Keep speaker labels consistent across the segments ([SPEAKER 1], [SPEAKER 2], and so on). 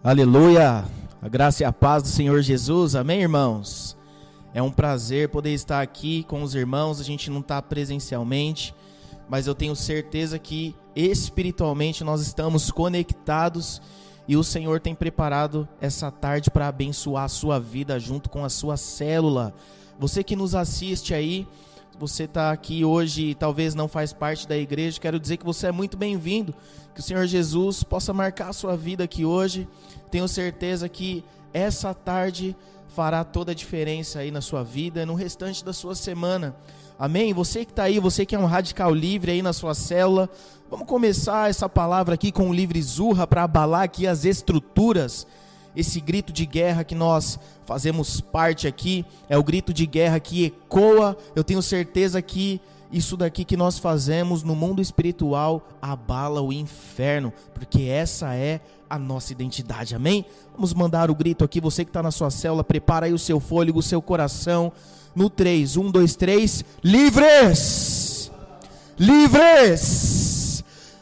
[SPEAKER 1] Aleluia, a graça e a paz do Senhor Jesus, amém, irmãos? É um prazer poder estar aqui com os irmãos. A gente não está presencialmente, mas eu tenho certeza que espiritualmente nós estamos conectados e o Senhor tem preparado essa tarde para abençoar a sua vida junto com a sua célula. Você que nos assiste aí, você está aqui hoje e talvez não faz parte da igreja, quero dizer que você é muito bem-vindo, que o Senhor Jesus possa marcar a sua vida aqui hoje. Tenho certeza que essa tarde fará toda a diferença aí na sua vida e no restante da sua semana, amém? Você que está aí, você que é um radical livre aí na sua célula, vamos começar essa palavra aqui com o livre Zurra para abalar aqui as estruturas. Esse grito de guerra que nós fazemos parte aqui, é o grito de guerra que ecoa. Eu tenho certeza que isso daqui que nós fazemos no mundo espiritual abala o inferno, porque essa é a nossa identidade, amém? Vamos mandar o grito aqui, você que está na sua célula, prepara aí o seu fôlego, o seu coração, no 3, 1, 2, 3, livres! Livres!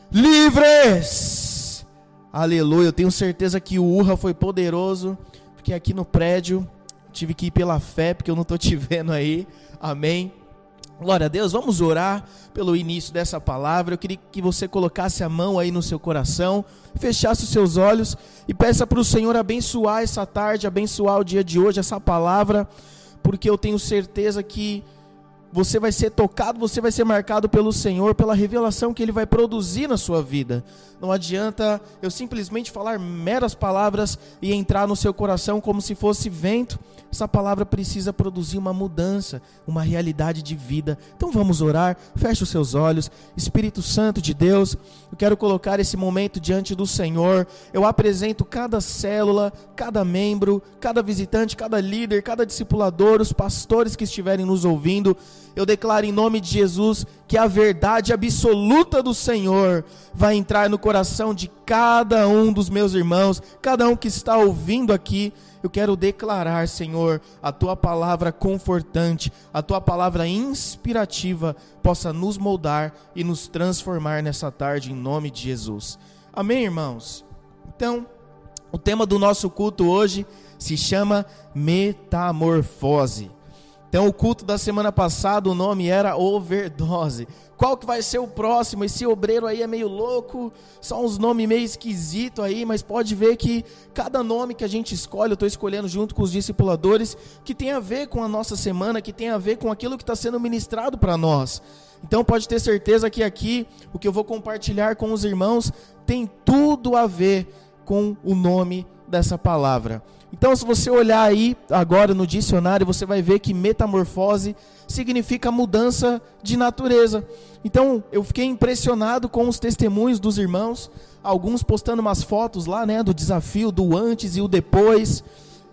[SPEAKER 1] Livres! Aleluia, eu tenho certeza que o urra foi poderoso, porque aqui no prédio tive que ir pela fé, porque eu não estou te vendo aí, amém? Glória a Deus, vamos orar pelo início dessa palavra. Eu queria que você colocasse a mão aí no seu coração, fechasse os seus olhos e peça para o Senhor abençoar essa tarde, abençoar o dia de hoje, essa palavra, porque eu tenho certeza que você vai ser tocado, você vai ser marcado pelo Senhor, pela revelação que Ele vai produzir na sua vida. Não adianta eu simplesmente falar meras palavras e entrar no seu coração como se fosse vento. Essa palavra precisa produzir uma mudança, uma realidade de vida. Então vamos orar, feche os seus olhos. Espírito Santo de Deus, eu quero colocar esse momento diante do Senhor. Eu apresento cada célula, cada membro, cada visitante, cada líder, cada discipulador, os pastores que estiverem nos ouvindo. Eu declaro em nome de Jesus que a verdade absoluta do Senhor vai entrar no coração de cada um dos meus irmãos, cada um que está ouvindo aqui. Eu quero declarar, Senhor, a Tua palavra confortante, a Tua palavra inspirativa possa nos moldar e nos transformar nessa tarde em nome de Jesus. Amém, irmãos? Então, o tema do nosso culto hoje se chama metamorfose. Então, o culto da semana passada, o nome era overdose. Qual que vai ser o próximo? Esse obreiro aí é meio louco, são uns nomes meio esquisitos aí, mas pode ver que cada nome que a gente escolhe, eu estou escolhendo junto com os discipuladores, que tem a ver com a nossa semana, que tem a ver com aquilo que está sendo ministrado para nós. Então pode ter certeza que aqui, o que eu vou compartilhar com os irmãos, tem tudo a ver com o nome dessa palavra. Então, se você olhar aí agora no dicionário, você vai ver que metamorfose significa mudança de natureza. Então, eu fiquei impressionado com os testemunhos dos irmãos, alguns postando umas fotos lá, né, do desafio, do antes e o depois.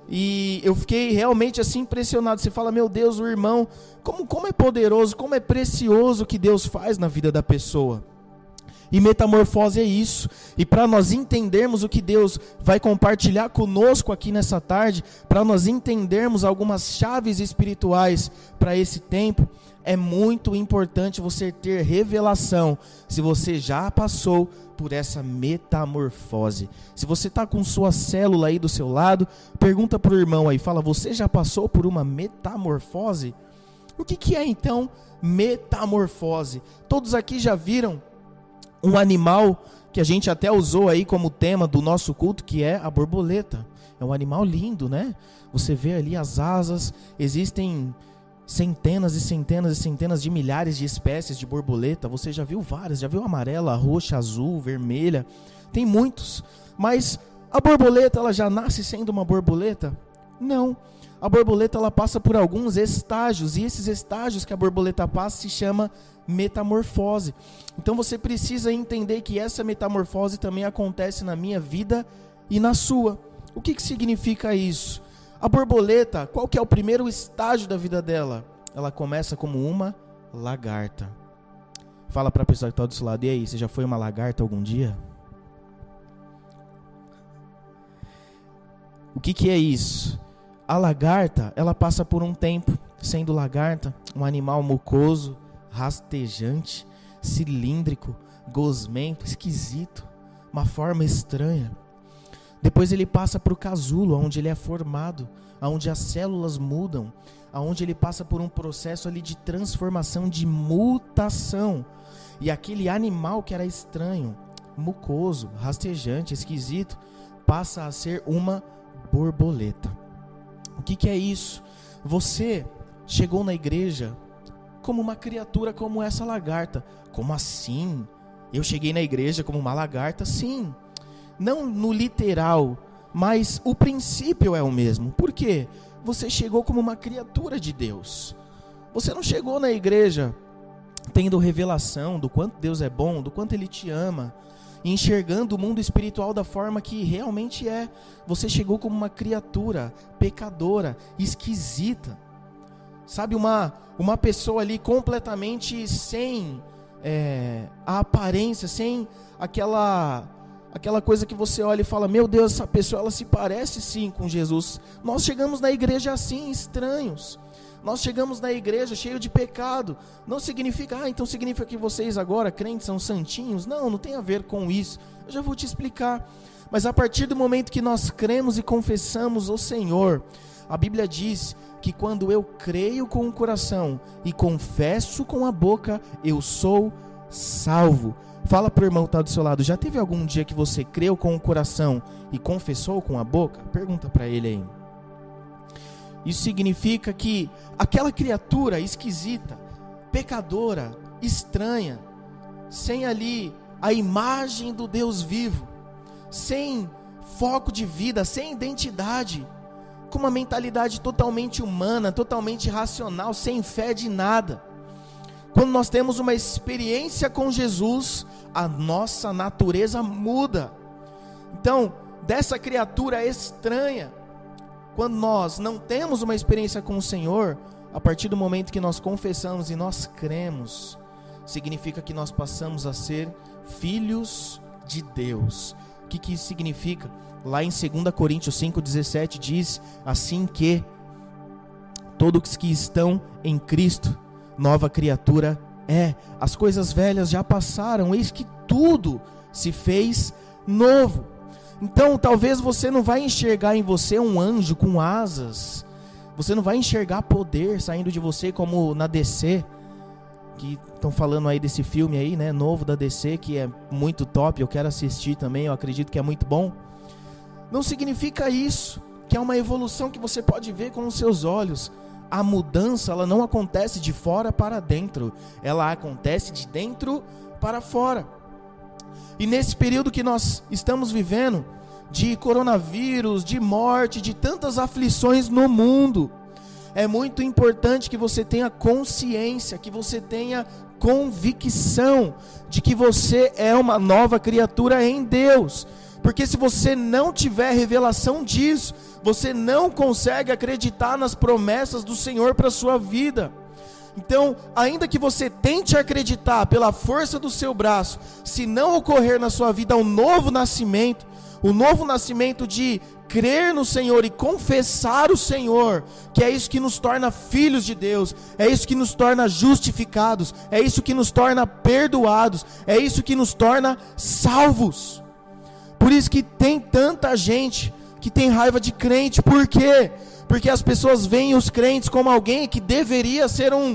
[SPEAKER 1] E eu fiquei realmente assim impressionado. Você fala, meu Deus, o irmão, como é poderoso, como é precioso o que Deus faz na vida da pessoa. E metamorfose é isso. E para nós entendermos o que Deus vai compartilhar conosco aqui nessa tarde, para nós entendermos algumas chaves espirituais para esse tempo, é muito importante você ter revelação se você já passou por essa metamorfose. Se você está com sua célula aí do seu lado, pergunta para o irmão aí, fala, você já passou por uma metamorfose? O que é então metamorfose? Todos aqui já viram um animal que a gente até usou aí como tema do nosso culto, que é a borboleta. É um animal lindo, né? Você vê ali as asas, existem centenas e centenas e centenas de milhares de espécies de borboleta. Você já viu várias, já viu amarela, roxa, azul, vermelha, tem muitos. Mas a borboleta, ela já nasce sendo uma borboleta? Não. A borboleta, ela passa por alguns estágios, e esses estágios que a borboleta passa se chama metamorfose. Então você precisa entender que essa metamorfose também acontece na minha vida e na sua. O que significa isso? A borboleta, qual que é o primeiro estágio da vida dela? Ela começa como uma lagarta. Fala para a pessoa que está do seu lado, e aí, você já foi uma lagarta algum dia? O que é isso? A lagarta, ela passa por um tempo sendo lagarta, um animal mucoso, rastejante, cilíndrico, gosmento, esquisito, uma forma estranha. Depois ele passa para o casulo, onde ele é formado, onde as células mudam, onde ele passa por um processo ali de transformação, de mutação. E aquele animal que era estranho, mucoso, rastejante, esquisito, passa a ser uma borboleta. O que é isso? Você chegou na igreja como uma criatura como essa lagarta. Como assim? Eu cheguei na igreja como uma lagarta? Sim. Não no literal, mas o princípio é o mesmo. Por quê? Você chegou como uma criatura de Deus. Você não chegou na igreja tendo revelação do quanto Deus é bom, do quanto Ele te ama, enxergando o mundo espiritual da forma que realmente é. Você chegou como uma criatura pecadora, esquisita. Sabe, uma pessoa ali completamente sem a aparência, sem aquela coisa que você olha e fala, meu Deus, essa pessoa ela se parece sim com Jesus. Nós chegamos na igreja assim, estranhos. Nós chegamos na igreja cheio de pecado. Não significa, então significa que vocês agora, crentes, são santinhos? Não tem a ver com isso. Eu já vou te explicar. Mas a partir do momento que nós cremos e confessamos o Senhor, a Bíblia diz que quando eu creio com o coração e confesso com a boca, eu sou salvo. Fala pro irmão que está do seu lado, já teve algum dia que você creu com o coração e confessou com a boca? Pergunta para ele aí. Isso significa que aquela criatura esquisita, pecadora, estranha, sem ali a imagem do Deus vivo, sem foco de vida, sem identidade, com uma mentalidade totalmente humana, totalmente racional, sem fé de nada. Quando nós temos uma experiência com Jesus, a nossa natureza muda. Então, dessa criatura estranha, quando nós não temos uma experiência com o Senhor, a partir do momento que nós confessamos e nós cremos, significa que nós passamos a ser filhos de Deus. O que isso significa? Lá em 2 Coríntios 5,17 diz assim que todos que estão em Cristo, nova criatura é. As coisas velhas já passaram, eis que tudo se fez novo. Então talvez você não vai enxergar em você um anjo com asas, você não vai enxergar poder saindo de você como na DC, que estão falando aí desse filme aí, né, novo da DC, que é muito top, eu quero assistir também, eu acredito que é muito bom. Não significa isso, que é uma evolução que você pode ver com os seus olhos. A mudança, ela não acontece de fora para dentro, ela acontece de dentro para fora. E nesse período que nós estamos vivendo, de coronavírus, de morte, de tantas aflições no mundo, é muito importante que você tenha consciência, que você tenha convicção de que você é uma nova criatura em Deus. Porque se você não tiver revelação disso, você não consegue acreditar nas promessas do Senhor para a sua vida. Então, ainda que você tente acreditar pela força do seu braço, se não ocorrer na sua vida um novo nascimento, o novo nascimento de crer no Senhor e confessar o Senhor, que é isso que nos torna filhos de Deus, é isso que nos torna justificados, é isso que nos torna perdoados, é isso que nos torna salvos. Por isso que tem tanta gente que tem raiva de crente. Por quê? Porque as pessoas veem os crentes como alguém que deveria ser um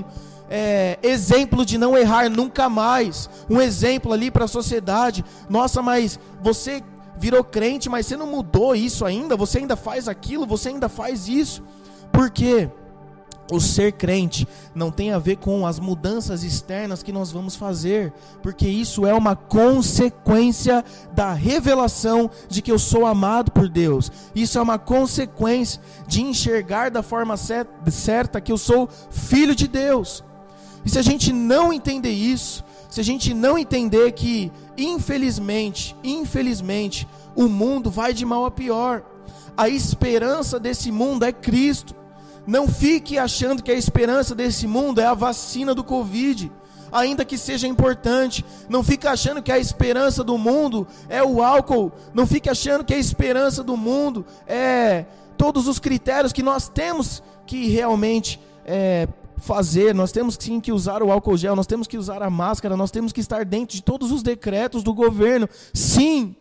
[SPEAKER 1] exemplo de não errar nunca mais, um exemplo ali para a sociedade. Nossa, mas você virou crente, mas você não mudou isso ainda, você ainda faz aquilo, você ainda faz isso. Por quê? O ser crente não tem a ver com as mudanças externas que nós vamos fazer, porque isso é uma consequência da revelação de que eu sou amado por Deus. Isso é uma consequência de enxergar da forma certa que eu sou filho de Deus. E se a gente não entender isso, se a gente não entender que infelizmente, o mundo vai de mal a pior, a esperança desse mundo é Cristo. Não fique achando que a esperança desse mundo é a vacina do Covid, ainda que seja importante. Não fique achando que a esperança do mundo é o álcool. Não fique achando que a esperança do mundo é todos os critérios que nós temos que realmente fazer. Nós temos sim que usar o álcool gel, nós temos que usar a máscara, nós temos que estar dentro de todos os decretos do governo. Sim,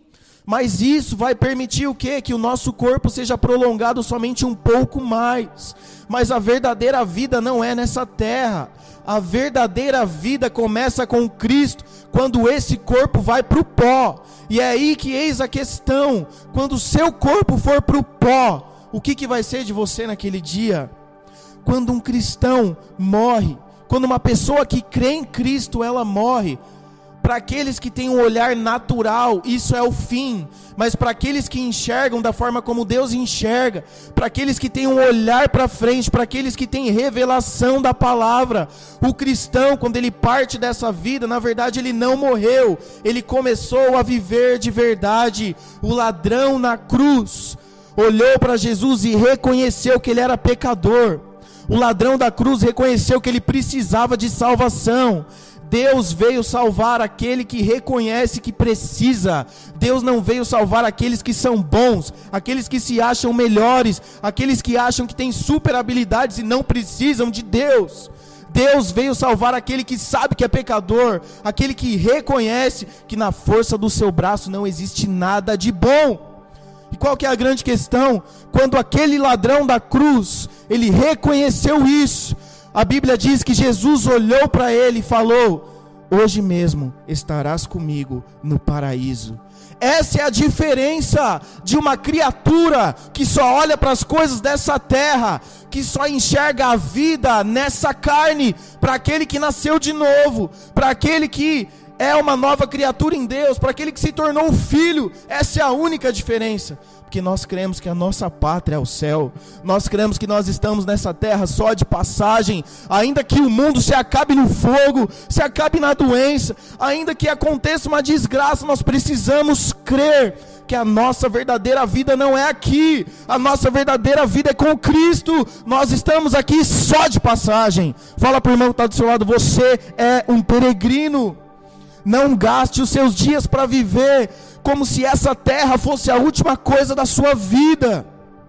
[SPEAKER 1] Mas isso vai permitir o quê? Que o nosso corpo seja prolongado somente um pouco mais. Mas a verdadeira vida não é nessa terra. A verdadeira vida começa com Cristo, quando esse corpo vai para o pó. E é aí que eis a questão: quando o seu corpo for para o pó, o que vai ser de você naquele dia? Quando um cristão morre, quando uma pessoa que crê em Cristo, ela morre. Para aqueles que têm um olhar natural, isso é o fim. Mas para aqueles que enxergam da forma como Deus enxerga, para aqueles que têm um olhar para frente, para aqueles que têm revelação da palavra, o cristão, quando ele parte dessa vida, na verdade ele não morreu, ele começou a viver de verdade. O ladrão na cruz olhou para Jesus e reconheceu que ele era pecador. O ladrão da cruz reconheceu que ele precisava de salvação. Deus veio salvar aquele que reconhece que precisa. Deus não veio salvar aqueles que são bons, aqueles que se acham melhores, aqueles que acham que têm super habilidades e não precisam de Deus. Deus veio salvar aquele que sabe que é pecador, aquele que reconhece que na força do seu braço não existe nada de bom. E qual que é a grande questão? Quando aquele ladrão da cruz, ele reconheceu isso, a Bíblia diz que Jesus olhou para ele e falou: hoje mesmo estarás comigo no paraíso. Essa é a diferença de uma criatura que só olha para as coisas dessa terra, que só enxerga a vida nessa carne, para aquele que nasceu de novo, para aquele que é uma nova criatura em Deus, para aquele que se tornou filho. Essa é a única diferença. Porque nós cremos que a nossa pátria é o céu. Nós cremos que nós estamos nessa terra só de passagem. Ainda que o mundo se acabe no fogo, se acabe na doença, ainda que aconteça uma desgraça, nós precisamos crer que a nossa verdadeira vida não é aqui. A nossa verdadeira vida é com Cristo. Nós estamos aqui só de passagem. Fala para o irmão que está do seu lado: você é um peregrino. Não gaste os seus dias para viver como se essa terra fosse a última coisa da sua vida.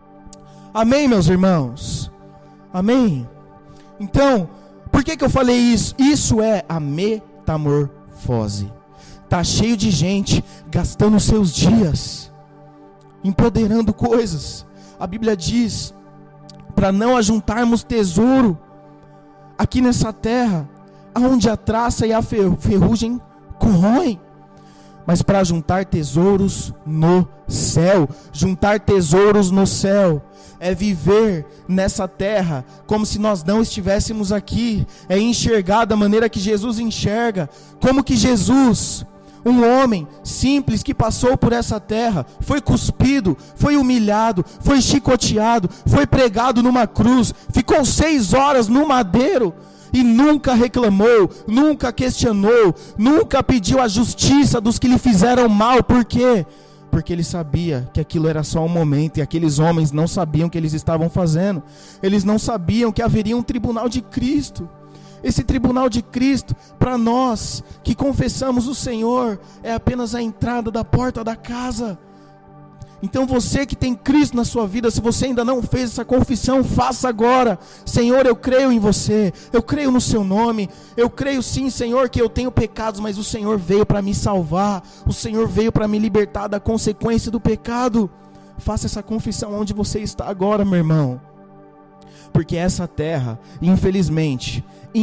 [SPEAKER 1] Amém, meus irmãos? Amém? Então, por que eu falei isso? Isso é a metamorfose. Está cheio de gente gastando seus dias, empoderando coisas. A Bíblia diz para não ajuntarmos tesouro aqui nessa terra, onde a traça e a ferrugem corroem, mas para juntar tesouros no céu. Juntar tesouros no céu é viver nessa terra como se nós não estivéssemos aqui, é enxergar da maneira que Jesus enxerga. Como que Jesus, um homem simples que passou por essa terra, foi cuspido, foi humilhado, foi chicoteado, foi pregado numa cruz, ficou 6 horas no madeiro, e nunca reclamou, nunca questionou, nunca pediu a justiça dos que lhe fizeram mal. Por quê? Porque ele sabia que aquilo era só um momento, e aqueles homens não sabiam o que eles estavam fazendo. Eles não sabiam que haveria um tribunal de Cristo. Esse tribunal de Cristo, para nós que confessamos o Senhor, é apenas a entrada da porta da casa. Então você que tem Cristo na sua vida, se você ainda não fez essa confissão, faça agora. Senhor, eu creio em você, eu creio no seu nome, eu creio sim, Senhor, que eu tenho pecados, mas o Senhor veio para me salvar, o Senhor veio para me libertar da consequência do pecado. Faça essa confissão onde você está agora, meu irmão. Porque essa terra, infelizmente,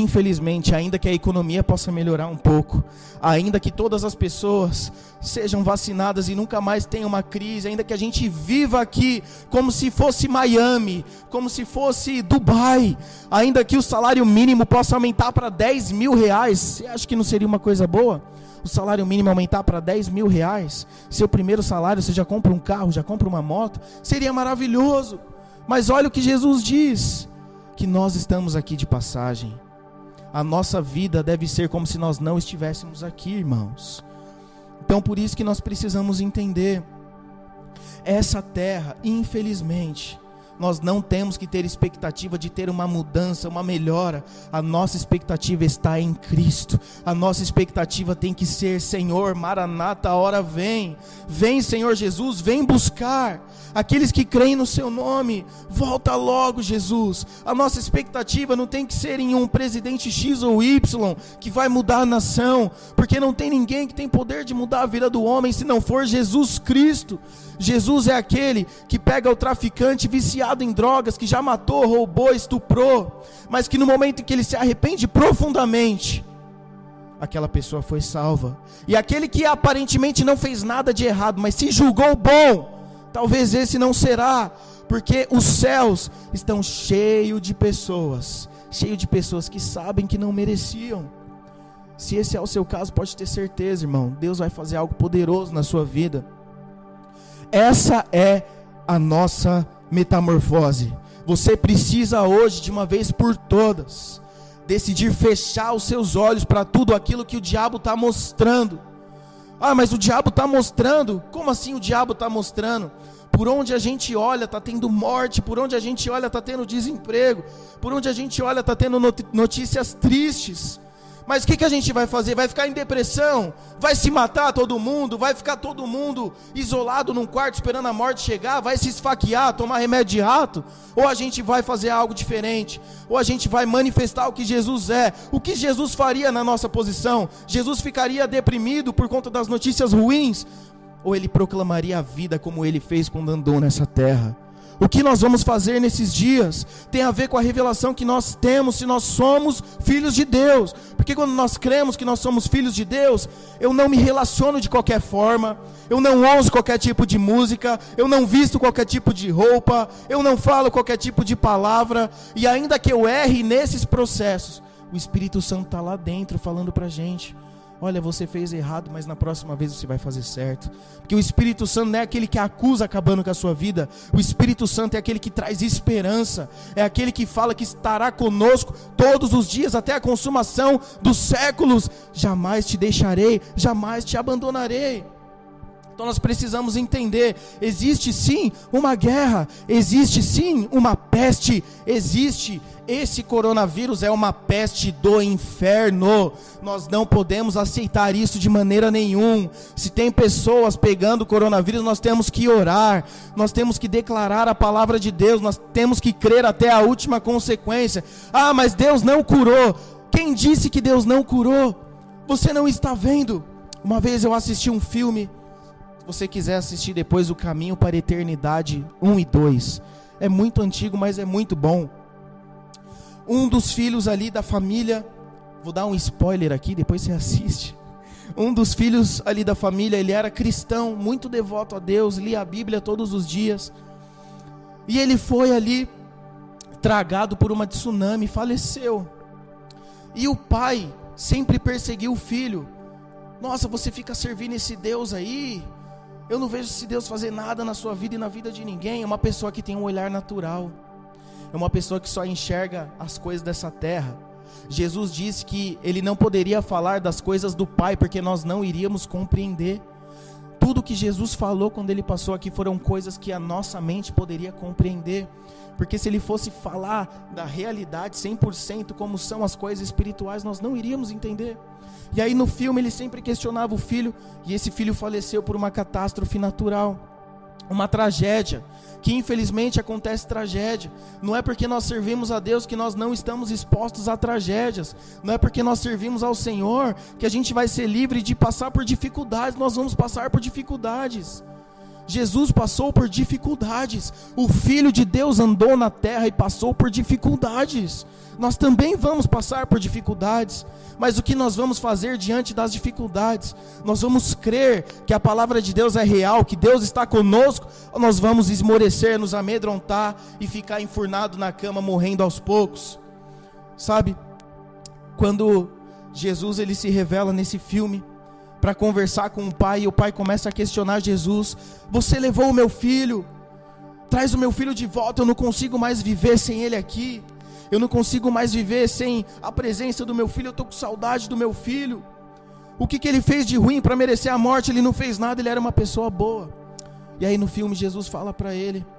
[SPEAKER 1] ainda que a economia possa melhorar um pouco, ainda que todas as pessoas sejam vacinadas e nunca mais tenha uma crise, ainda que a gente viva aqui como se fosse Miami, como se fosse Dubai, ainda que o salário mínimo possa aumentar para 10 mil reais, você acha que não seria uma coisa boa? O salário mínimo aumentar para 10 mil reais, seu primeiro salário você já compra um carro, já compra uma moto, seria maravilhoso. Mas olha o que Jesus diz, que nós estamos aqui de passagem. A nossa vida deve ser como se nós não estivéssemos aqui, irmãos. Então por isso que nós precisamos entender, essa terra, infelizmente, nós não temos que ter expectativa de ter uma mudança, uma melhora. A nossa expectativa está em Cristo. A nossa expectativa tem que ser: Senhor, Maranata, a hora vem. Vem, Senhor Jesus, vem buscar aqueles que creem no seu nome. Volta logo, Jesus. A nossa expectativa não tem que ser em um presidente X ou Y que vai mudar a nação, porque não tem ninguém que tem poder de mudar a vida do homem se não for Jesus Cristo. Jesus é aquele que pega o traficante viciado em drogas, que já matou, roubou, estuprou, mas que no momento em que ele se arrepende profundamente, aquela pessoa foi salva. E aquele que aparentemente não fez nada de errado, mas se julgou bom, talvez esse não será, porque os céus estão cheios de pessoas que sabem que não mereciam. Se esse é o seu caso, pode ter certeza, irmão, Deus vai fazer algo poderoso na sua vida. Essa é a nossa metamorfose. Você precisa hoje, de uma vez por todas, decidir fechar os seus olhos para tudo aquilo que o diabo está mostrando. Ah, mas o diabo está mostrando? Como assim o diabo está mostrando? Por onde a gente olha está tendo morte, por onde a gente olha está tendo desemprego, por onde a gente olha está tendo notícias tristes. Mas o que a gente vai fazer? Vai ficar em depressão? Vai se matar todo mundo? Vai ficar todo mundo isolado num quarto esperando a morte chegar? Vai se esfaquear, tomar remédio de rato? Ou a gente vai fazer algo diferente? Ou a gente vai manifestar o que Jesus é? O que Jesus faria na nossa posição? Jesus ficaria deprimido por conta das notícias ruins? Ou ele proclamaria a vida como ele fez quando andou nessa terra? O que nós vamos fazer nesses dias tem a ver com a revelação que nós temos se nós somos filhos de Deus. Porque quando nós cremos que nós somos filhos de Deus, eu não me relaciono de qualquer forma, eu não ouço qualquer tipo de música, eu não visto qualquer tipo de roupa, eu não falo qualquer tipo de palavra. E ainda que eu erre nesses processos, o Espírito Santo está lá dentro falando para a gente: olha, você fez errado, mas na próxima vez você vai fazer certo. Porque o Espírito Santo não é aquele que acusa acabando com a sua vida. O Espírito Santo é aquele que traz esperança. É aquele que fala que estará conosco todos os dias até a consumação dos séculos. Jamais te deixarei, jamais te abandonarei. Então nós precisamos entender: existe sim uma guerra, existe sim uma peste, esse coronavírus é uma peste do inferno. Nós não podemos aceitar isso de maneira nenhuma. Se tem pessoas pegando coronavírus, nós temos que orar, nós temos que declarar a palavra de Deus, nós temos que crer até a última consequência. Ah, mas Deus não curou. Quem disse que Deus não curou? Você não está vendo? Uma vez eu assisti um filme, se você quiser assistir depois, O Caminho para a Eternidade 1 e 2, é muito antigo, mas é muito bom. Um dos filhos ali da família, vou dar um spoiler aqui, depois você assiste. Um dos filhos ali da família, ele era cristão, muito devoto a Deus, lia a Bíblia todos os dias. E ele foi ali tragado por uma tsunami, faleceu. E o pai sempre perseguiu o filho. Nossa, você fica servindo esse Deus aí? Eu não vejo esse Deus fazer nada na sua vida e na vida de ninguém. É uma pessoa que tem um olhar natural. É uma pessoa que só enxerga as coisas dessa terra. Jesus disse que ele não poderia falar das coisas do Pai, porque nós não iríamos compreender. Tudo que Jesus falou quando ele passou aqui foram coisas que a nossa mente poderia compreender. Porque se ele fosse falar da realidade 100% como são as coisas espirituais, nós não iríamos entender. E aí no filme ele sempre questionava o filho, e esse filho faleceu por uma catástrofe natural. Uma tragédia, que infelizmente acontece tragédia. Não é porque nós servimos a Deus que nós não estamos expostos a tragédias. Não é porque nós servimos ao Senhor que a gente vai ser livre de passar por dificuldades. Nós vamos passar por dificuldades. Jesus passou por dificuldades. O Filho de Deus andou na terra e passou por dificuldades. Nós também vamos passar por dificuldades. Mas o que nós vamos fazer diante das dificuldades? Nós vamos crer que a palavra de Deus é real, que Deus está conosco, ou nós vamos esmorecer, nos amedrontar e ficar enfurnado na cama, morrendo aos poucos? Sabe, quando Jesus ele se revela nesse filme para conversar com o pai, e o pai começa a questionar Jesus: você levou o meu filho, traz o meu filho de volta, eu não consigo mais viver sem ele aqui, eu não consigo mais viver sem a presença do meu filho, eu estou com saudade do meu filho. O que ele fez de ruim para merecer a morte? Ele não fez nada, ele era uma pessoa boa. E aí no filme Jesus fala para ele: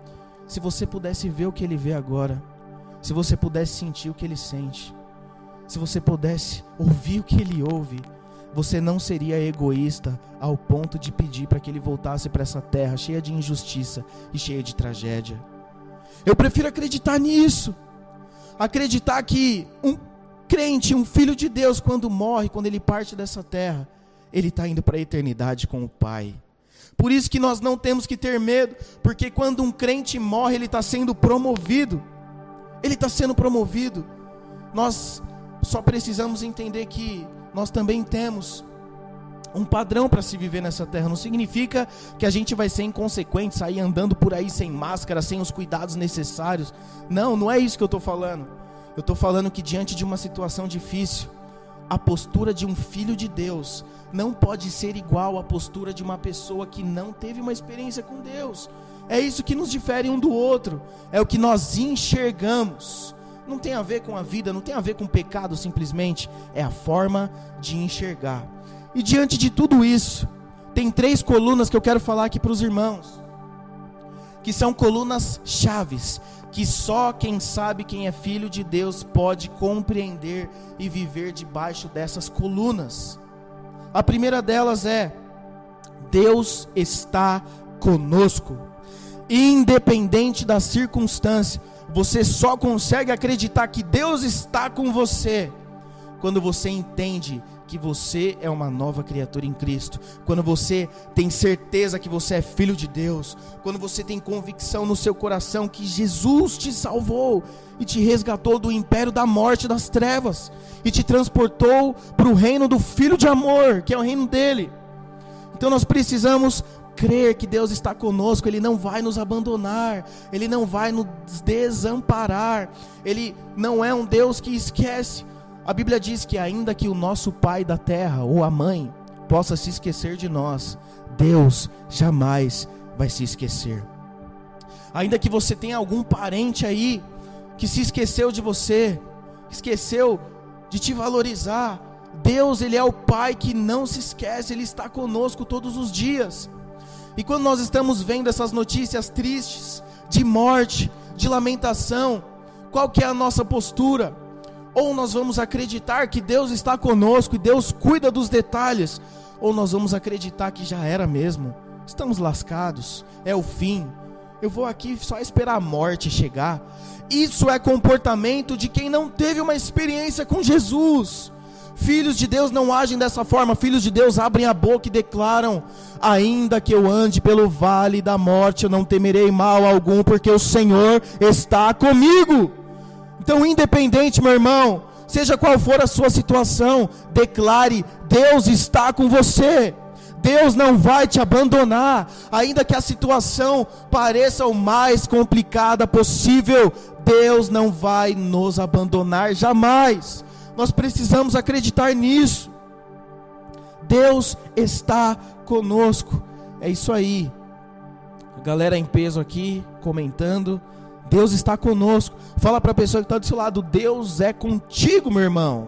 [SPEAKER 1] se você pudesse ver o que ele vê agora, se você pudesse sentir o que ele sente, se você pudesse ouvir o que ele ouve, você não seria egoísta ao ponto de pedir para que ele voltasse para essa terra cheia de injustiça e cheia de tragédia. Eu prefiro acreditar nisso. Acreditar que um crente, um filho de Deus, quando morre, quando ele parte dessa terra, ele está indo para a eternidade com o Pai. Por isso que nós não temos que ter medo, porque quando um crente morre, ele está sendo promovido. Ele está sendo promovido. Nós só precisamos entender que nós também temos um padrão para se viver nessa terra. Não significa que a gente vai ser inconsequente, sair andando por aí sem máscara, sem os cuidados necessários. Não, não é isso que eu estou falando. Eu estou falando que diante de uma situação difícil, a postura de um filho de Deus não pode ser igual à postura de uma pessoa que não teve uma experiência com Deus. É isso que nos difere um do outro. É o que nós enxergamos. Não tem a ver com a vida, não tem a ver com o pecado simplesmente. É a forma de enxergar. E diante de tudo isso, tem 3 colunas que eu quero falar aqui para os irmãos, que são colunas chaves, que só quem sabe quem é filho de Deus pode compreender e viver debaixo dessas colunas. A primeira delas é: Deus está conosco. Independente da circunstância, você só consegue acreditar que Deus está com você quando você entende que você é uma nova criatura em Cristo, quando você tem certeza que você é filho de Deus, quando você tem convicção no seu coração que Jesus te salvou e te resgatou do império da morte e das trevas e te transportou para o reino do Filho de amor, que é o reino dele. Então nós precisamos crer que Deus está conosco. Ele não vai nos abandonar, Ele não vai nos desamparar, Ele não é um Deus que esquece. A Bíblia diz que ainda que o nosso pai da terra ou a mãe possa se esquecer de nós, Deus jamais vai se esquecer. Ainda que você tenha algum parente aí que se esqueceu de você, esqueceu de te valorizar, Deus, Ele é o Pai que não se esquece, Ele está conosco todos os dias. E quando nós estamos vendo essas notícias tristes, de morte, de lamentação, qual que é a nossa postura? Ou nós vamos acreditar que Deus está conosco e Deus cuida dos detalhes, ou nós vamos acreditar que já era mesmo, estamos lascados, é o fim, eu vou aqui só esperar a morte chegar. Isso é comportamento de quem não teve uma experiência com Jesus. Filhos de Deus não agem dessa forma. Filhos de Deus abrem a boca e declaram: ainda que eu ande pelo vale da morte, eu não temerei mal algum, porque o Senhor está comigo. Então, independente, meu irmão, seja qual for a sua situação, declare: Deus está com você. Deus não vai te abandonar, ainda que a situação pareça o mais complicada possível. Deus não vai nos abandonar jamais. Nós precisamos acreditar nisso. Deus está conosco. É isso aí. A galera em peso aqui comentando: Deus está conosco. Fala para a pessoa que está do seu lado: Deus é contigo, meu irmão.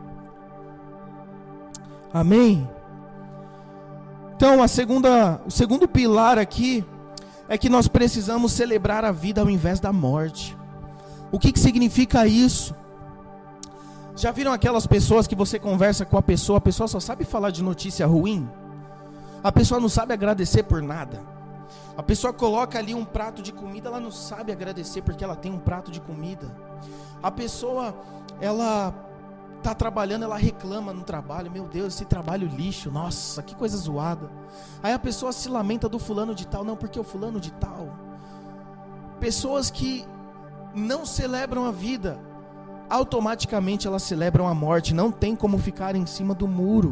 [SPEAKER 1] Amém? Então, o segundo pilar aqui é que nós precisamos celebrar a vida ao invés da morte. O que significa isso? Já viram aquelas pessoas que você conversa com a pessoa só sabe falar de notícia ruim? A pessoa não sabe agradecer por nada. A pessoa coloca ali um prato de comida, ela não sabe agradecer porque ela tem um prato de comida. A pessoa, ela está trabalhando, ela reclama no trabalho: meu Deus, esse trabalho lixo, nossa, que coisa zoada. Aí a pessoa se lamenta do fulano de tal: não, porque o fulano de tal. Pessoas que não celebram a vida, automaticamente elas celebram a morte. Não tem como ficar em cima do muro.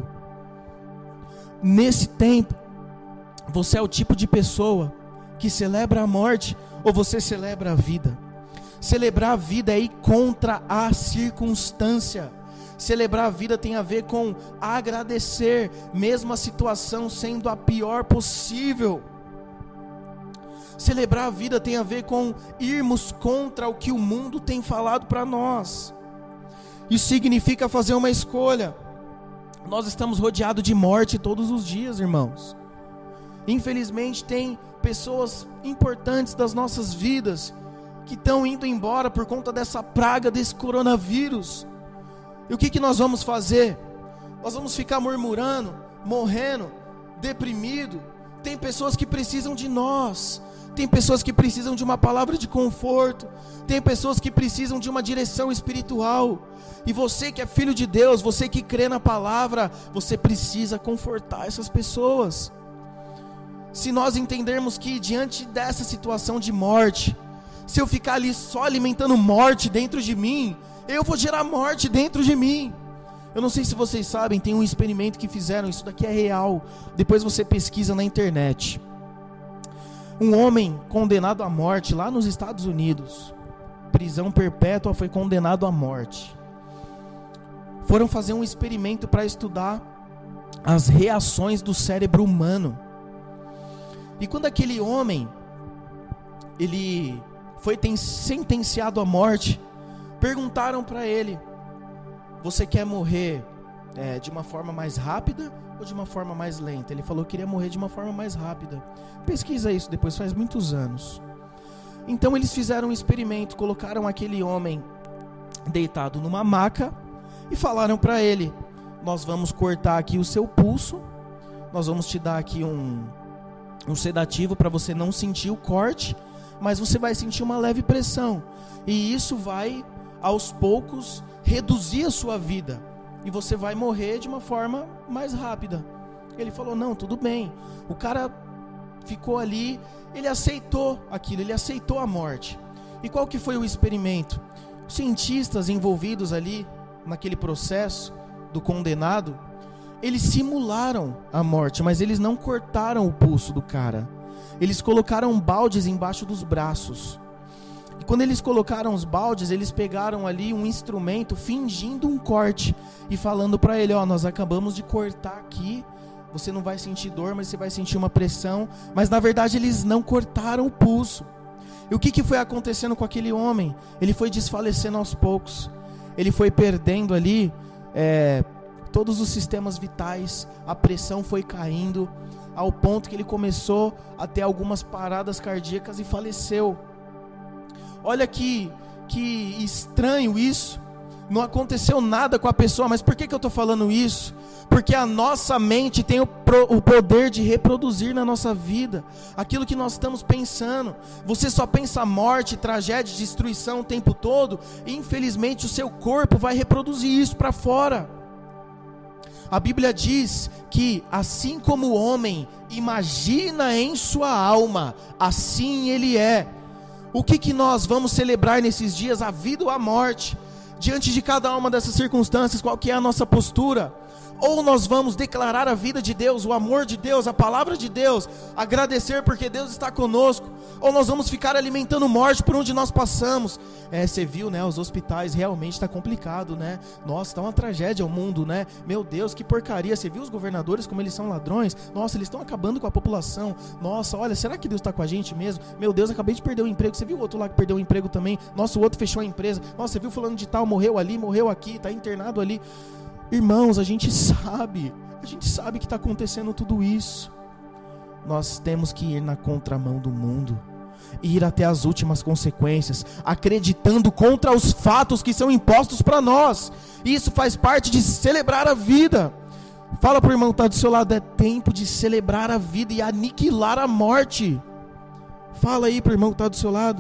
[SPEAKER 1] Nesse tempo, você é o tipo de pessoa que celebra a morte, ou você celebra a vida? Celebrar a vida é ir contra a circunstância. Celebrar a vida tem a ver com agradecer, mesmo a situação sendo a pior possível. Celebrar a vida tem a ver com irmos contra o que o mundo tem falado para nós. Isso significa fazer uma escolha. Nós estamos rodeados de morte todos os dias, irmãos. Infelizmente tem pessoas importantes das nossas vidas que estão indo embora por conta dessa praga, desse coronavírus. E o que nós vamos fazer? Nós vamos ficar murmurando, morrendo, deprimido? Tem pessoas que precisam de nós, tem pessoas que precisam de uma palavra de conforto, tem pessoas que precisam de uma direção espiritual. E você que é filho de Deus, você que crê na palavra, você precisa confortar essas pessoas. Se nós entendermos que diante dessa situação de morte, se eu ficar ali só alimentando morte dentro de mim, eu vou gerar morte dentro de mim. Eu não sei se vocês sabem, tem um experimento que fizeram, isso daqui é real, depois você pesquisa na internet. Um homem condenado à morte lá nos Estados Unidos, prisão perpétua, foi condenado à morte. Foram fazer um experimento para estudar as reações do cérebro humano. E quando aquele homem, ele foi sentenciado à morte, perguntaram para ele: você quer morrer de uma forma mais rápida ou de uma forma mais lenta? Ele falou que queria morrer de uma forma mais rápida. Pesquisa isso depois, faz muitos anos. Então eles fizeram um experimento, colocaram aquele homem deitado numa maca e falaram para ele: nós vamos cortar aqui o seu pulso, nós vamos te dar aqui um sedativo para você não sentir o corte, mas você vai sentir uma leve pressão, e isso vai aos poucos reduzir a sua vida, e você vai morrer de uma forma mais rápida. Ele falou: não, tudo bem. O cara ficou ali, ele aceitou aquilo, ele aceitou a morte. E qual que foi o experimento? Os cientistas envolvidos ali naquele processo do condenado, eles simularam a morte, mas eles não cortaram o pulso do cara. Eles colocaram baldes embaixo dos braços. E quando eles colocaram os baldes, eles pegaram ali um instrumento fingindo um corte e falando para ele: ó, nós acabamos de cortar aqui, você não vai sentir dor, mas você vai sentir uma pressão. Mas na verdade eles não cortaram o pulso. E o que foi acontecendo com aquele homem? Ele foi desfalecendo aos poucos. Ele foi perdendo ali todos os sistemas vitais, a pressão foi caindo, ao ponto que ele começou a ter algumas paradas cardíacas e faleceu. Olha que estranho isso. Não aconteceu nada com a pessoa, mas por que eu estou falando isso? Porque a nossa mente tem o poder de reproduzir na nossa vida aquilo que nós estamos pensando. Você só pensa morte, tragédia, destruição o tempo todo, e infelizmente o seu corpo vai reproduzir isso para fora. A Bíblia diz que assim como o homem imagina em sua alma, assim ele é. O que nós vamos celebrar nesses dias? A vida ou a morte? Diante de cada uma dessas circunstâncias, qual que é a nossa postura? Ou nós vamos declarar a vida de Deus, o amor de Deus, a palavra de Deus, agradecer porque Deus está conosco, ou nós vamos ficar alimentando morte por onde nós passamos. Você viu, né, os hospitais, realmente está complicado, né? Nossa, está uma tragédia o mundo, né? Meu Deus, que porcaria. Você viu os governadores como eles são ladrões? Nossa, eles estão acabando com a população. Nossa, olha, será que Deus está com a gente mesmo? Meu Deus, acabei de perder o emprego. Você viu o outro lá que perdeu o emprego também? Nossa, o outro fechou a empresa. Nossa, você viu fulano de tal, morreu ali, morreu aqui, está internado ali. Irmãos, a gente sabe que está acontecendo tudo isso. Nós temos que ir na contramão do mundo, ir até as últimas consequências, acreditando contra os fatos que são impostos para nós. Isso faz parte de celebrar a vida. Fala para o irmão que está do seu lado: é tempo de celebrar a vida e aniquilar a morte. Fala aí para o irmão que está do seu lado.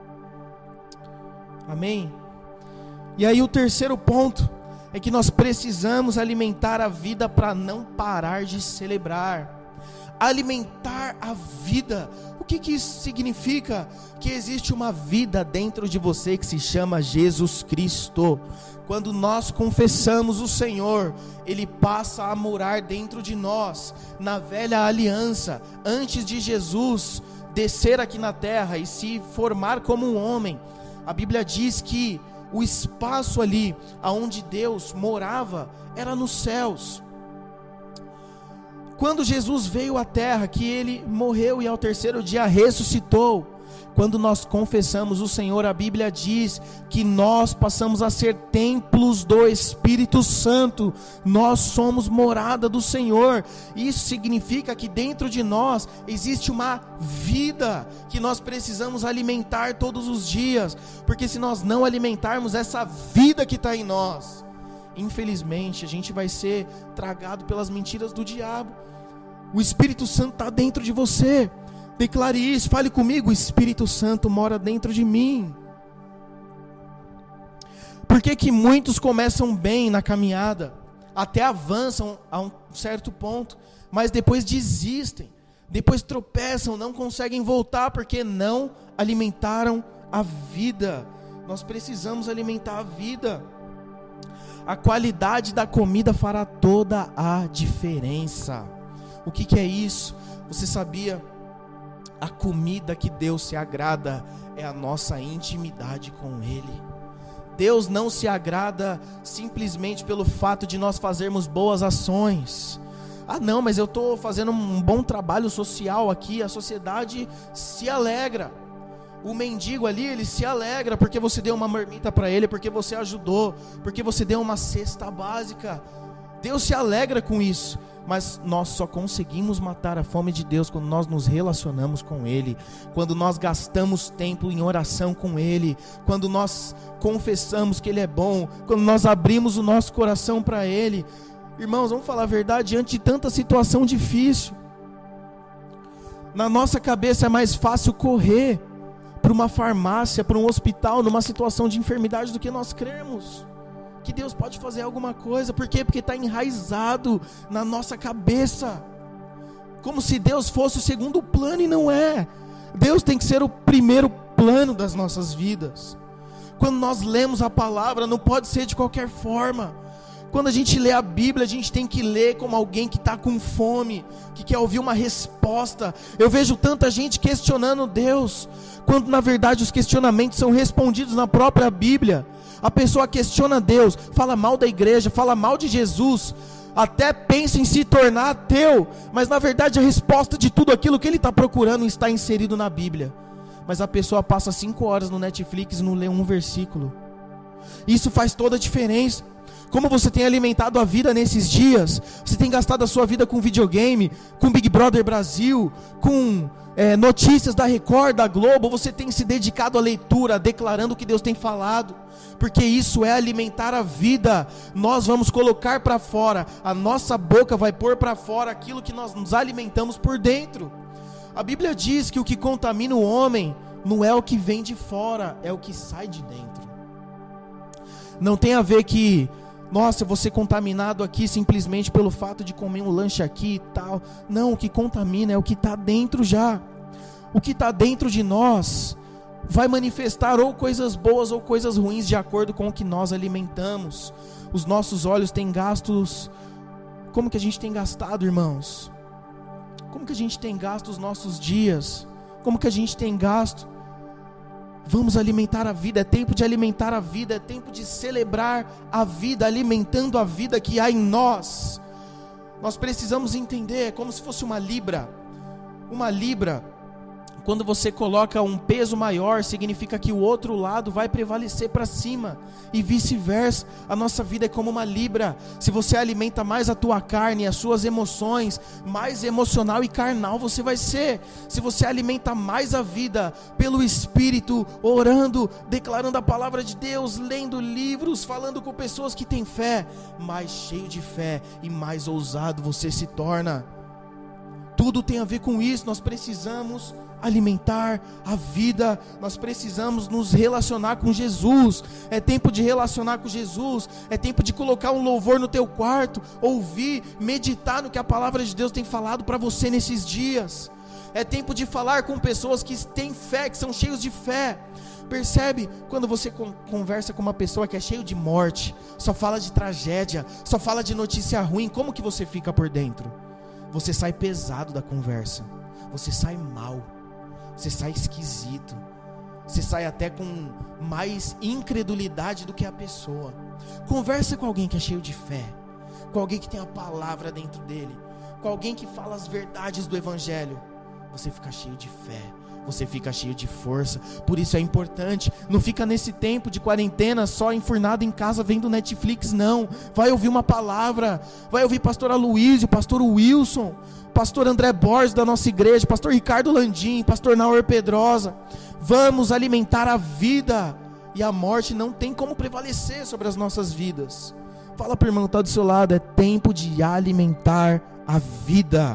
[SPEAKER 1] Amém? E aí o terceiro ponto é que nós precisamos alimentar a vida para não parar de celebrar. Alimentar a vida. O que isso significa? Que existe uma vida dentro de você que se chama Jesus Cristo. Quando nós confessamos o Senhor, Ele passa a morar dentro de nós. Na velha aliança, antes de Jesus descer aqui na terra e se formar como um homem, a Bíblia diz que o espaço ali aonde Deus morava era nos céus. Quando Jesus veio à terra, que ele morreu e ao terceiro dia ressuscitou, Quando nós confessamos o Senhor, a Bíblia diz que nós passamos a ser templos do Espírito Santo. Nós somos morada do Senhor. Isso significa que dentro de nós existe uma vida que nós precisamos alimentar todos os dias. Porque se nós não alimentarmos essa vida que está em nós, infelizmente a gente vai ser tragado pelas mentiras do diabo. O Espírito Santo está dentro de você. Declare isso, fale comigo: o Espírito Santo mora dentro de mim. Por que muitos começam bem na caminhada, até avançam a um certo ponto, mas depois desistem, depois tropeçam, não conseguem voltar, porque não alimentaram a vida? Nós precisamos alimentar a vida. A qualidade da comida fará toda a diferença. O que é isso? Você sabia? A comida que Deus se agrada é a nossa intimidade com Ele. Deus não se agrada simplesmente pelo fato de nós fazermos boas ações. Ah não, mas eu estou fazendo um bom trabalho social aqui, a sociedade se alegra. O mendigo ali, ele se alegra porque você deu uma marmita para ele, porque você ajudou, porque você deu uma cesta básica. Deus se alegra com isso. Mas nós só conseguimos matar a fome de Deus quando nós nos relacionamos com Ele, quando nós gastamos tempo em oração com Ele, quando nós confessamos que Ele é bom, quando nós abrimos o nosso coração para Ele. Irmãos, vamos falar a verdade, diante de tanta situação difícil, na nossa cabeça é mais fácil correr para uma farmácia, para um hospital, numa situação de enfermidade, do que nós crermos que Deus pode fazer alguma coisa. Por quê? Porque está enraizado na nossa cabeça, como se Deus fosse o segundo plano, e não é. Deus tem que ser o primeiro plano das nossas vidas. Quando nós lemos a palavra, não pode ser de qualquer forma. Quando a gente lê a Bíblia, a gente tem que ler como alguém que está com fome, que quer ouvir uma resposta. Eu vejo tanta gente questionando Deus, quando na verdade os questionamentos são respondidos na própria Bíblia. A pessoa questiona Deus, fala mal da igreja, fala mal de Jesus, até pensa em se tornar ateu, mas na verdade a resposta de tudo aquilo que ele está procurando está inserido na Bíblia. Mas a pessoa passa 5 horas no Netflix e não lê um versículo. Isso faz toda a diferença. Como você tem alimentado a vida nesses dias? Você tem gastado a sua vida com videogame, com Big Brother Brasil, com notícias da Record, da Globo? Você tem se dedicado à leitura, declarando o que Deus tem falado? Porque isso é alimentar a vida. Nós vamos colocar para fora, a nossa boca vai pôr para fora aquilo que nós nos alimentamos por dentro. A Bíblia diz que o que contamina o homem não é o que vem de fora, é o que sai de dentro. Não tem a ver que, nossa, eu vou ser contaminado aqui simplesmente pelo fato de comer um lanche aqui e tal. Não, o que contamina é o que está dentro já. O que está dentro de nós vai manifestar ou coisas boas ou coisas ruins, de acordo com o que nós alimentamos. Os nossos olhos têm gastos. Como que a gente tem gastado, irmãos? Como que a gente tem gasto os nossos dias? Como que a gente tem gasto? Vamos alimentar a vida, é tempo de alimentar a vida, é tempo de celebrar a vida, alimentando a vida que há em nós. Nós precisamos entender, é como se fosse uma libra. Uma libra, quando você coloca um peso maior, significa que o outro lado vai prevalecer para cima, e vice-versa. A nossa vida é como uma libra. Se você alimenta mais a tua carne, as suas emoções, mais emocional e carnal você vai ser. Se você alimenta mais a vida pelo Espírito, orando, declarando a palavra de Deus, lendo livros, falando com pessoas que têm fé, mais cheio de fé e mais ousado você se torna. Tudo tem a ver com isso. Nós precisamos alimentar a vida, nós precisamos nos relacionar com Jesus. É tempo de relacionar com Jesus, é tempo de colocar um louvor no teu quarto, ouvir, meditar no que a palavra de Deus tem falado para você nesses dias. É tempo de falar com pessoas que têm fé, que são cheios de fé. Percebe? Quando você conversa com uma pessoa que é cheio de morte, só fala de tragédia, só fala de notícia ruim, como que você fica por dentro? Você sai pesado da conversa, você sai mal, você sai esquisito, você sai até com mais incredulidade do que a pessoa. Conversa com alguém que é cheio de fé, com alguém que tem a palavra dentro dele, com alguém que fala as verdades do Evangelho. Você fica cheio de fé, você fica cheio de força. Por isso é importante, não fica nesse tempo de quarentena só enfurnado em casa vendo Netflix, não. Vai ouvir uma palavra, vai ouvir pastor Aloysio, pastor Wilson, pastor André Borges da nossa igreja, pastor Ricardo Landim, pastor Naor Pedrosa. Vamos alimentar a vida, e a morte não tem como prevalecer sobre as nossas vidas. Fala para o irmão que está do seu lado, é tempo de alimentar a vida.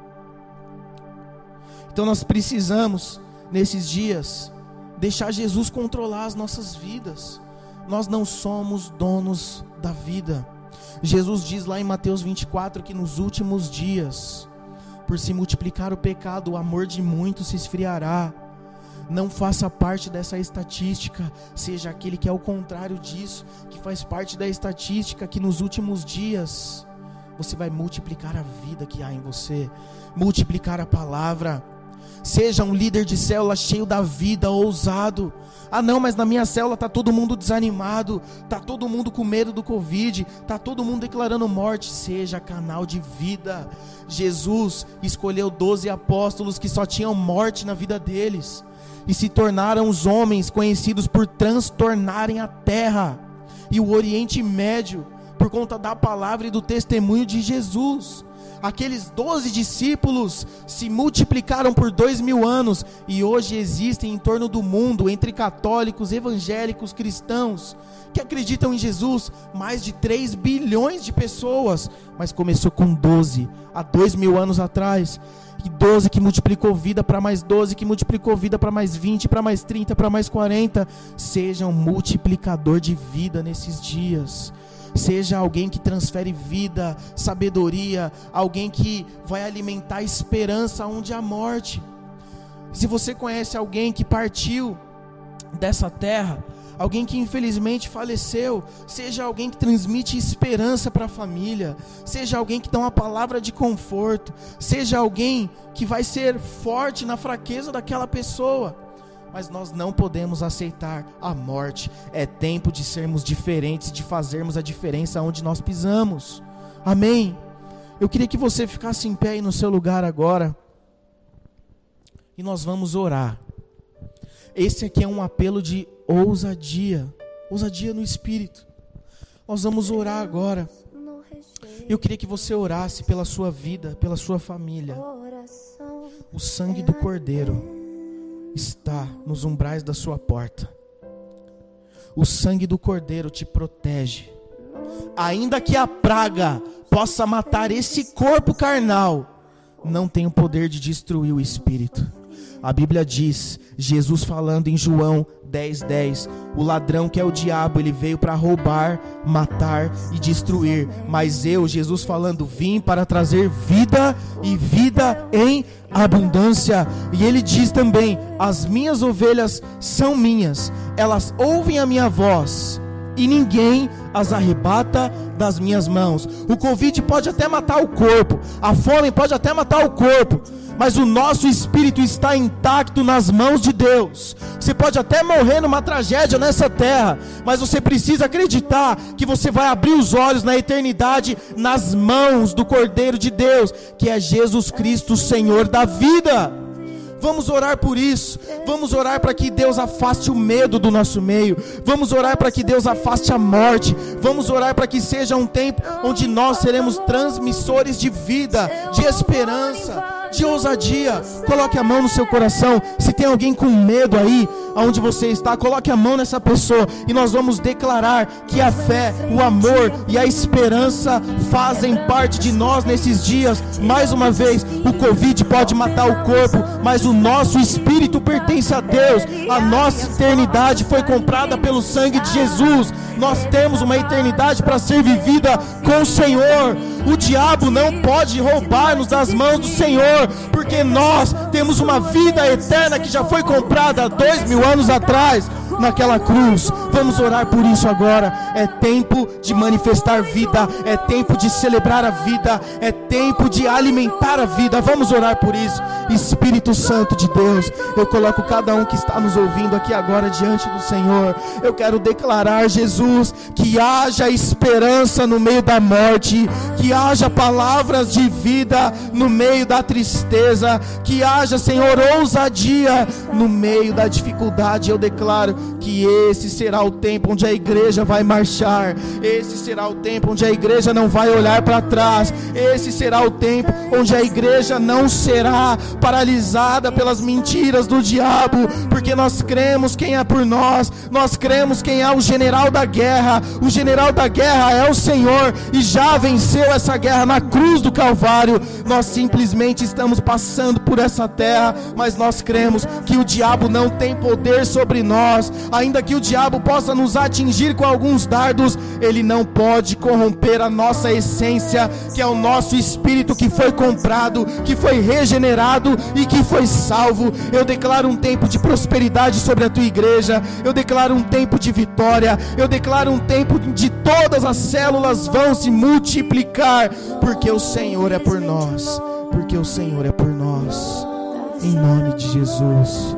[SPEAKER 1] Então nós precisamos, nesses dias, deixar Jesus controlar as nossas vidas. Nós não somos donos da vida. Jesus diz lá em Mateus 24 que nos últimos dias, por se multiplicar o pecado, o amor de muitos se esfriará. Não faça parte dessa estatística, seja aquele que é o contrário disso, que faz parte da estatística que nos últimos dias você vai multiplicar a vida que há em você, multiplicar a palavra. Seja um líder de célula cheio da vida, ousado. Ah não, mas na minha célula está todo mundo desanimado, está todo mundo com medo do Covid, está todo mundo declarando morte. Seja canal de vida. Jesus escolheu 12 apóstolos que só tinham morte na vida deles, e se tornaram os homens conhecidos por transtornarem a terra e o Oriente Médio, por conta da palavra e do testemunho de Jesus. Aqueles 12 discípulos se multiplicaram por 2000 anos, e hoje existem em torno do mundo, entre católicos, evangélicos, cristãos, que acreditam em Jesus, mais de 3 bilhões de pessoas. Mas começou com 12, há 2000 anos atrás, e 12 que multiplicou vida para mais 12, que multiplicou vida para mais 20, para mais 30, para mais 40. Seja um multiplicador de vida nesses dias. Seja alguém que transfere vida, sabedoria, alguém que vai alimentar esperança onde há morte. Se você conhece alguém que partiu dessa terra, alguém que infelizmente faleceu, seja alguém que transmite esperança para a família, seja alguém que dá uma palavra de conforto, seja alguém que vai ser forte na fraqueza daquela pessoa. Mas nós não podemos aceitar a morte. É tempo de sermos diferentes, de fazermos a diferença onde nós pisamos. Amém? Eu queria que você ficasse em pé aí no seu lugar agora, e nós vamos orar. Esse aqui é um apelo de ousadia, ousadia no Espírito. Nós vamos orar agora. Eu queria que você orasse pela sua vida, pela sua família. O sangue do Cordeiro está nos umbrais da sua porta. O sangue do Cordeiro te protege. Ainda que a praga possa matar esse corpo carnal, não tem o poder de destruir o espírito. A Bíblia diz, Jesus falando em João 10:10, o ladrão que é o diabo, ele veio para roubar, matar e destruir, mas eu, Jesus falando, vim para trazer vida e vida em abundância. E ele diz também, as minhas ovelhas são minhas, elas ouvem a minha voz e ninguém as arrebata das minhas mãos. O Covid pode até matar o corpo, a fome pode até matar o corpo, mas o nosso espírito está intacto nas mãos de Deus. Você pode até morrer numa tragédia nessa terra, mas você precisa acreditar que você vai abrir os olhos na eternidade nas mãos do Cordeiro de Deus, que é Jesus Cristo, Senhor da vida. Vamos orar por isso. Vamos orar para que Deus afaste o medo do nosso meio. Vamos orar para que Deus afaste a morte. Vamos orar para que seja um tempo onde nós seremos transmissores de vida, de esperança, de ousadia. Coloque a mão no seu coração. Se tem alguém com medo aí, aonde você está, coloque a mão nessa pessoa, e nós vamos declarar que a fé, o amor e a esperança fazem parte de nós nesses dias. Mais uma vez, o Covid pode matar o corpo, mas o nosso espírito pertence a Deus. A nossa eternidade foi comprada pelo sangue de Jesus. Nós temos uma eternidade para ser vivida com o Senhor. O diabo não pode roubar-nos das mãos do Senhor, porque nós temos uma vida eterna que já foi comprada há 2000 anos atrás naquela cruz. Vamos orar por isso agora. É tempo de manifestar vida, é tempo de celebrar a vida, é tempo de alimentar a vida. Vamos orar por isso. Espírito Santo de Deus, eu coloco cada um que está nos ouvindo aqui agora diante do Senhor. Eu quero declarar, Jesus, que haja esperança no meio da morte, que haja palavras de vida no meio da tristeza, que haja, Senhor, ousadia no meio da dificuldade. Eu declaro que esse será o tempo onde a igreja vai marchar, esse será o tempo onde a igreja não vai olhar para trás, esse será o tempo onde a igreja não será paralisada pelas mentiras do diabo, porque nós cremos quem é por nós, nós cremos quem é o general da guerra. O general da guerra é o Senhor, e já venceu essa guerra na cruz do Calvário. Nós simplesmente estamos passando por essa terra, mas nós cremos que o diabo não tem poder sobre nós. Ainda que o diabo possa nos atingir com alguns dardos, ele não pode corromper a nossa essência, que é o nosso espírito, que foi comprado, que foi regenerado e que foi salvo. Eu declaro um tempo de prosperidade sobre a tua igreja, eu declaro um tempo de vitória, eu declaro um tempo de todas as células vão se multiplicar, porque o Senhor é por nós, porque o Senhor é por nós, em nome de Jesus.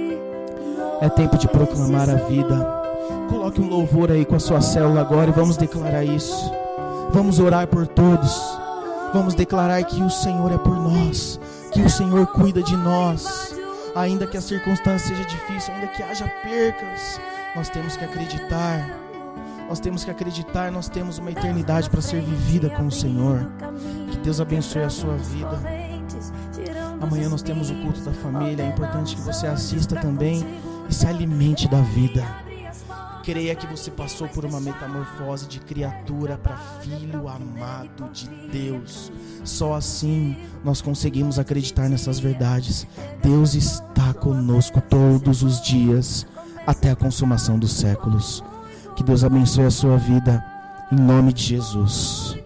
[SPEAKER 1] É tempo de proclamar a vida. Coloque um louvor aí com a sua célula agora e vamos declarar isso. Vamos orar por todos. Vamos declarar que o Senhor é por nós, que o Senhor cuida de nós. Ainda que a circunstância seja difícil, ainda que haja percas, nós temos que acreditar. Nós temos que acreditar, nós temos uma eternidade para ser vivida com o Senhor. Que Deus abençoe a sua vida. Amanhã nós temos o culto da família. É importante que você assista também e se alimente da vida. Creia que você passou por uma metamorfose de criatura para filho amado de Deus. Só assim nós conseguimos acreditar nessas verdades. Deus está conosco todos os dias, até a consumação dos séculos. Que Deus abençoe a sua vida, em nome de Jesus.